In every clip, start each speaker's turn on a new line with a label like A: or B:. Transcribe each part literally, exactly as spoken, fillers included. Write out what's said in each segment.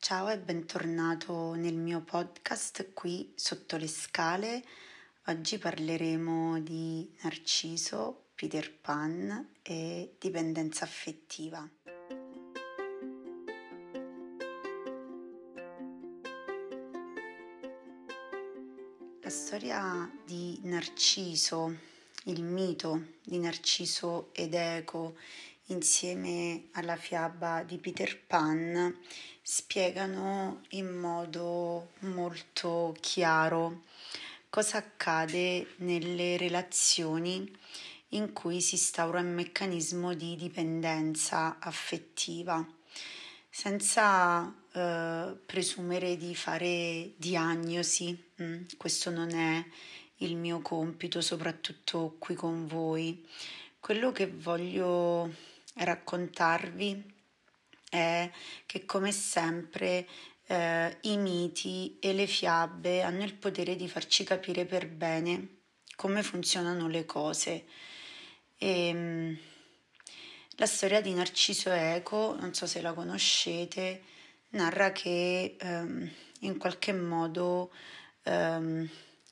A: Ciao e bentornato nel mio podcast qui sotto le scale. Oggi parleremo di Narciso, Peter Pan e dipendenza affettiva. La storia di Narciso, il mito di Narciso ed Eco, insieme alla fiaba di Peter Pan, spiegano in modo molto chiaro cosa accade nelle relazioni in cui si instaura un meccanismo di dipendenza affettiva, senza eh, presumere di fare diagnosi. Mm, questo non è il mio compito, soprattutto qui con voi. Quello che voglio raccontarvi è che, come sempre, eh, i miti e le fiabe hanno il potere di farci capire per bene come funzionano le cose. E, la storia di Narciso Eco, non so se la conoscete, narra che ehm, in qualche modo ehm,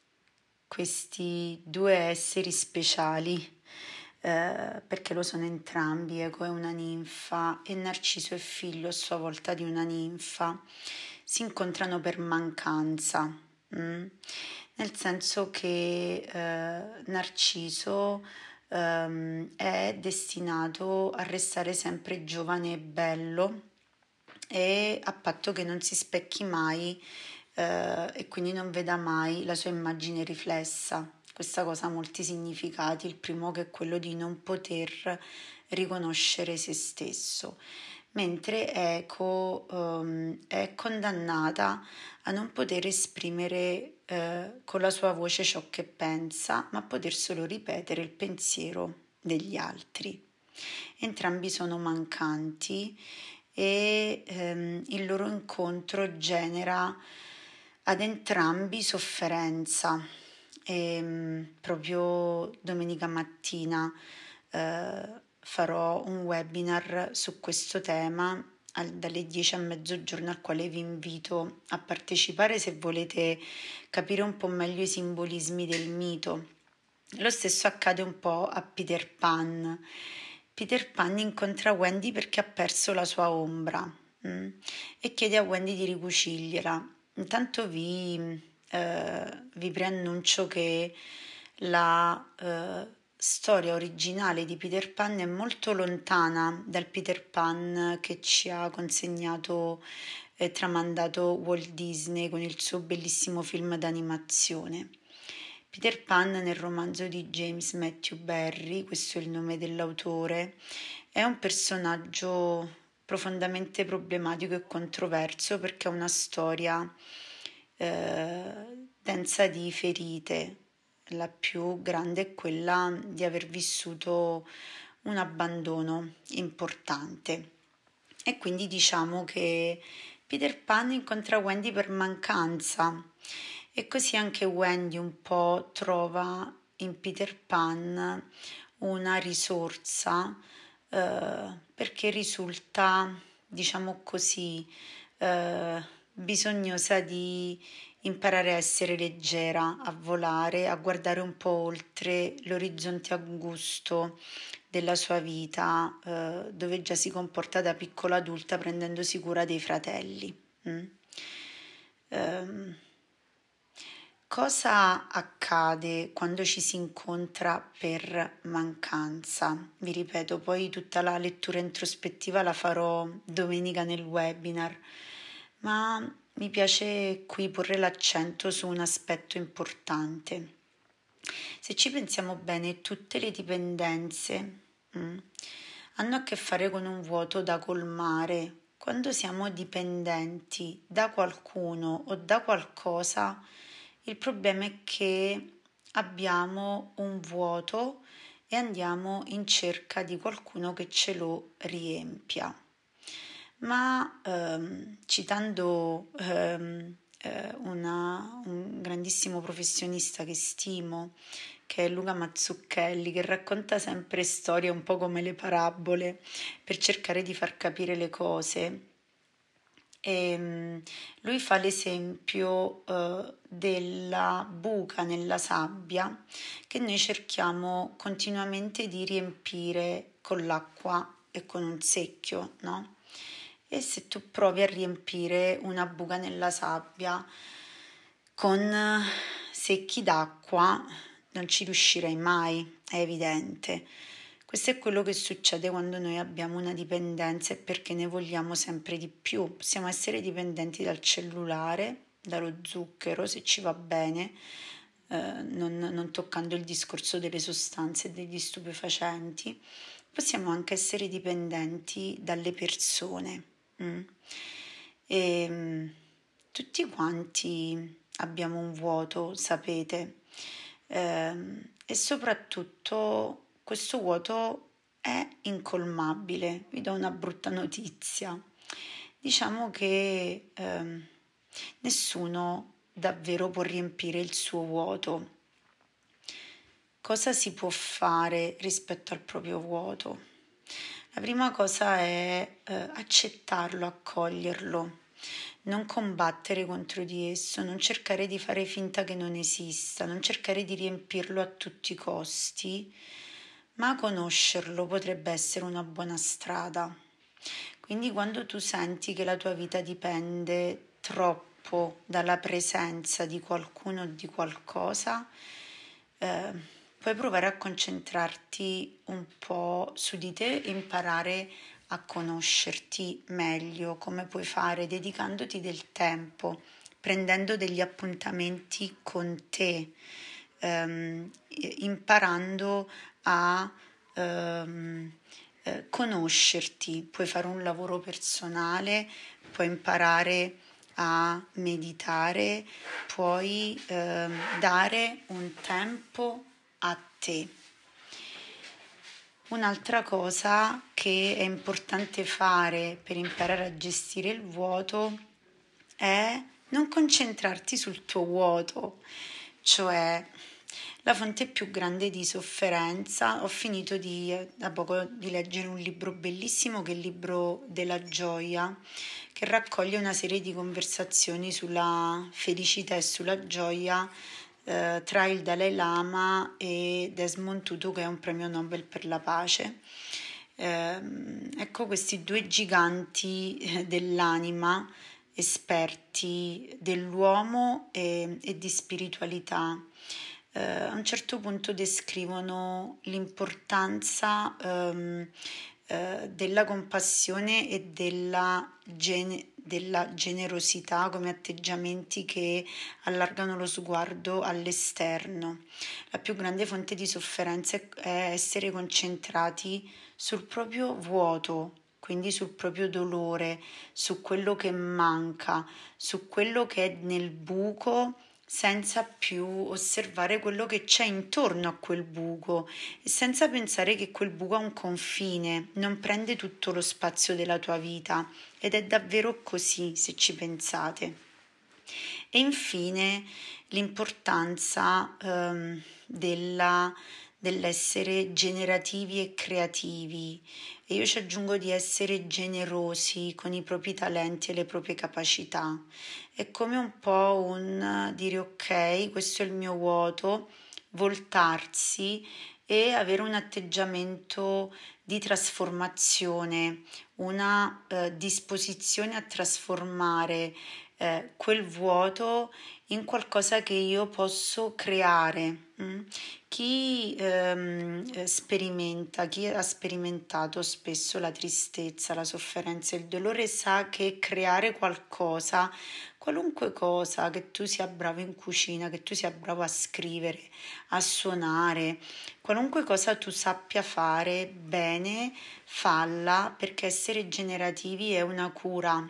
A: questi due esseri speciali, eh, perché lo sono entrambi, Eco è una ninfa e Narciso è figlio a sua volta di una ninfa, si incontrano per mancanza, mm? Nel senso che eh, Narciso ehm, è destinato a restare sempre giovane e bello, e a patto che non si specchi mai eh, e quindi non veda mai la sua immagine riflessa. Questa cosa ha molti significati, il primo che è quello di non poter riconoscere se stesso, mentre Eco ehm, è condannata a non poter esprimere eh, con la sua voce ciò che pensa, ma a poter solo ripetere il pensiero degli altri. Entrambi sono mancanti e ehm, il loro incontro genera ad entrambi sofferenza. E, mh, proprio domenica mattina eh, farò un webinar su questo tema al, dalle dieci a mezzogiorno, al quale vi invito a partecipare se volete capire un po' meglio i simbolismi del mito. Lo stesso accade un po' a Peter Pan. Peter Pan incontra Wendy perché ha perso la sua ombra mm, e chiede a Wendy di ricucigliela. Intanto vi, eh, vi preannuncio che la eh, storia originale di Peter Pan è molto lontana dal Peter Pan che ci ha consegnato e tramandato Walt Disney con il suo bellissimo film d'animazione. Peter Pan, nel romanzo di James Matthew Barrie, questo è il nome dell'autore, è un personaggio profondamente problematico e controverso perché ha una storia eh, densa di ferite. La più grande è quella di aver vissuto un abbandono importante. E quindi diciamo che Peter Pan incontra Wendy per mancanza e così anche Wendy un po' trova in Peter Pan una risorsa eh, perché risulta, diciamo così, eh, bisognosa di imparare a essere leggera, a volare, a guardare un po' oltre l'orizzonte angusto della sua vita, eh, dove già si comporta da piccola adulta prendendosi cura dei fratelli. Mm? Um, Cosa accade quando ci si incontra per mancanza? Vi ripeto, poi tutta la lettura introspettiva la farò domenica nel webinar, ma mi piace qui porre l'accento su un aspetto importante. Se ci pensiamo bene, tutte le dipendenze mm, hanno a che fare con un vuoto da colmare. Quando siamo dipendenti da qualcuno o da qualcosa, il problema è che abbiamo un vuoto e andiamo in cerca di qualcuno che ce lo riempia. Ma ehm, citando ehm, eh, una, un grandissimo professionista che stimo, che è Luca Mazzucchelli, che racconta sempre storie un po' come le parabole per cercare di far capire le cose, E, um, lui fa l'esempio uh, della buca nella sabbia che noi cerchiamo continuamente di riempire con l'acqua e con un secchio, no? E se tu provi a riempire una buca nella sabbia con secchi d'acqua, non ci riuscirai mai, è evidente. Questo è quello che succede quando noi abbiamo una dipendenza e perché ne vogliamo sempre di più. Possiamo essere dipendenti dal cellulare, dallo zucchero, se ci va bene, eh, non, non toccando il discorso delle sostanze e degli stupefacenti. Possiamo anche essere dipendenti dalle persone. Mm. E, mm, tutti quanti abbiamo un vuoto, sapete, ehm, e soprattutto questo vuoto è incolmabile. Vi do una brutta notizia. Diciamo che ehm, nessuno davvero può riempire il suo vuoto. Cosa si può fare rispetto al proprio vuoto? La prima cosa è eh, accettarlo, accoglierlo, non combattere contro di esso, non cercare di fare finta che non esista, non cercare di riempirlo a tutti i costi, ma conoscerlo potrebbe essere una buona strada. Quindi quando tu senti che la tua vita dipende troppo dalla presenza di qualcuno o di qualcosa, eh, puoi provare a concentrarti un po' su di te e imparare a conoscerti meglio, come puoi fare dedicandoti del tempo, prendendo degli appuntamenti con te, ehm, imparando a ehm, eh, conoscerti. Puoi fare un lavoro personale, puoi imparare a meditare, puoi ehm, dare un tempo a te. Un'altra cosa che è importante fare per imparare a gestire il vuoto è non concentrarti sul tuo vuoto, cioè la fonte più grande di sofferenza. Ho finito di, da poco di leggere un libro bellissimo che è il libro della gioia, che raccoglie una serie di conversazioni sulla felicità e sulla gioia eh, tra il Dalai Lama e Desmond Tutu, che è un premio Nobel per la pace. Eh, ecco, questi due giganti dell'anima, esperti dell'uomo e, e di spiritualità, eh, a un certo punto descrivono l'importanza ehm, eh, della compassione e della, gene- della generosità come atteggiamenti che allargano lo sguardo all'esterno. La più grande fonte di sofferenza è essere concentrati sul proprio vuoto, quindi sul proprio dolore, su quello che manca, su quello che è nel buco, senza più osservare quello che c'è intorno a quel buco e senza pensare che quel buco ha un confine, non prende tutto lo spazio della tua vita, ed è davvero così se ci pensate. E infine l'importanza ehm, della, dell'essere generativi e creativi, e io ci aggiungo di essere generosi con i propri talenti e le proprie capacità. È come un po' un dire ok, questo è il mio vuoto, voltarsi e avere un atteggiamento di trasformazione, una eh, disposizione a trasformare eh, quel vuoto in qualcosa che io posso creare. Mm? Chi ehm, eh, sperimenta, chi ha sperimentato spesso la tristezza, la sofferenza e il dolore sa che creare qualcosa, qualunque cosa, che tu sia bravo in cucina, che tu sia bravo a scrivere, a suonare, qualunque cosa tu sappia fare bene, falla, perché essere generativi è una cura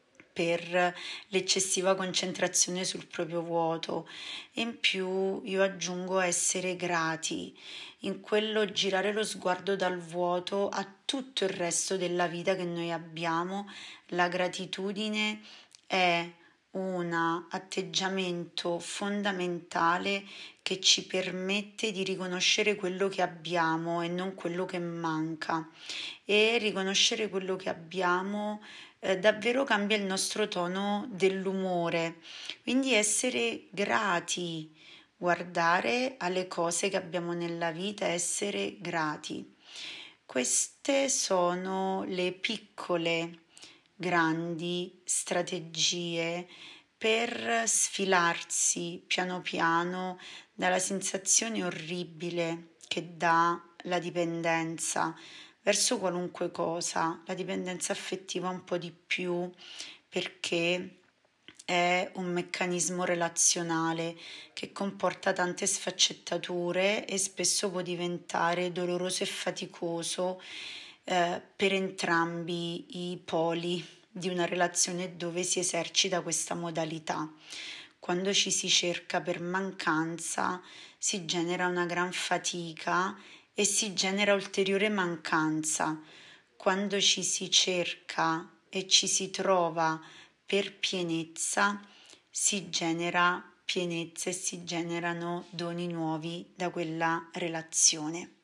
A: per l'eccessiva concentrazione sul proprio vuoto. E in più io aggiungo essere grati, in quello girare lo sguardo dal vuoto a tutto il resto della vita che noi abbiamo. La gratitudine è un atteggiamento fondamentale che ci permette di riconoscere quello che abbiamo e non quello che manca, e riconoscere quello che abbiamo eh, davvero cambia il nostro tono dell'umore. Quindi essere grati, guardare alle cose che abbiamo nella vita, essere grati. Queste sono le piccole, grandi strategie per sfilarsi piano piano dalla sensazione orribile che dà la dipendenza verso qualunque cosa, la dipendenza affettiva un po' di più perché è un meccanismo relazionale che comporta tante sfaccettature e spesso può diventare doloroso e faticoso eh, per entrambi i poli di una relazione dove si esercita questa modalità. Quando ci si cerca per mancanza si genera una gran fatica e si genera ulteriore mancanza. Quando ci si cerca e ci si trova per pienezza, si genera pienezza e si generano doni nuovi da quella relazione.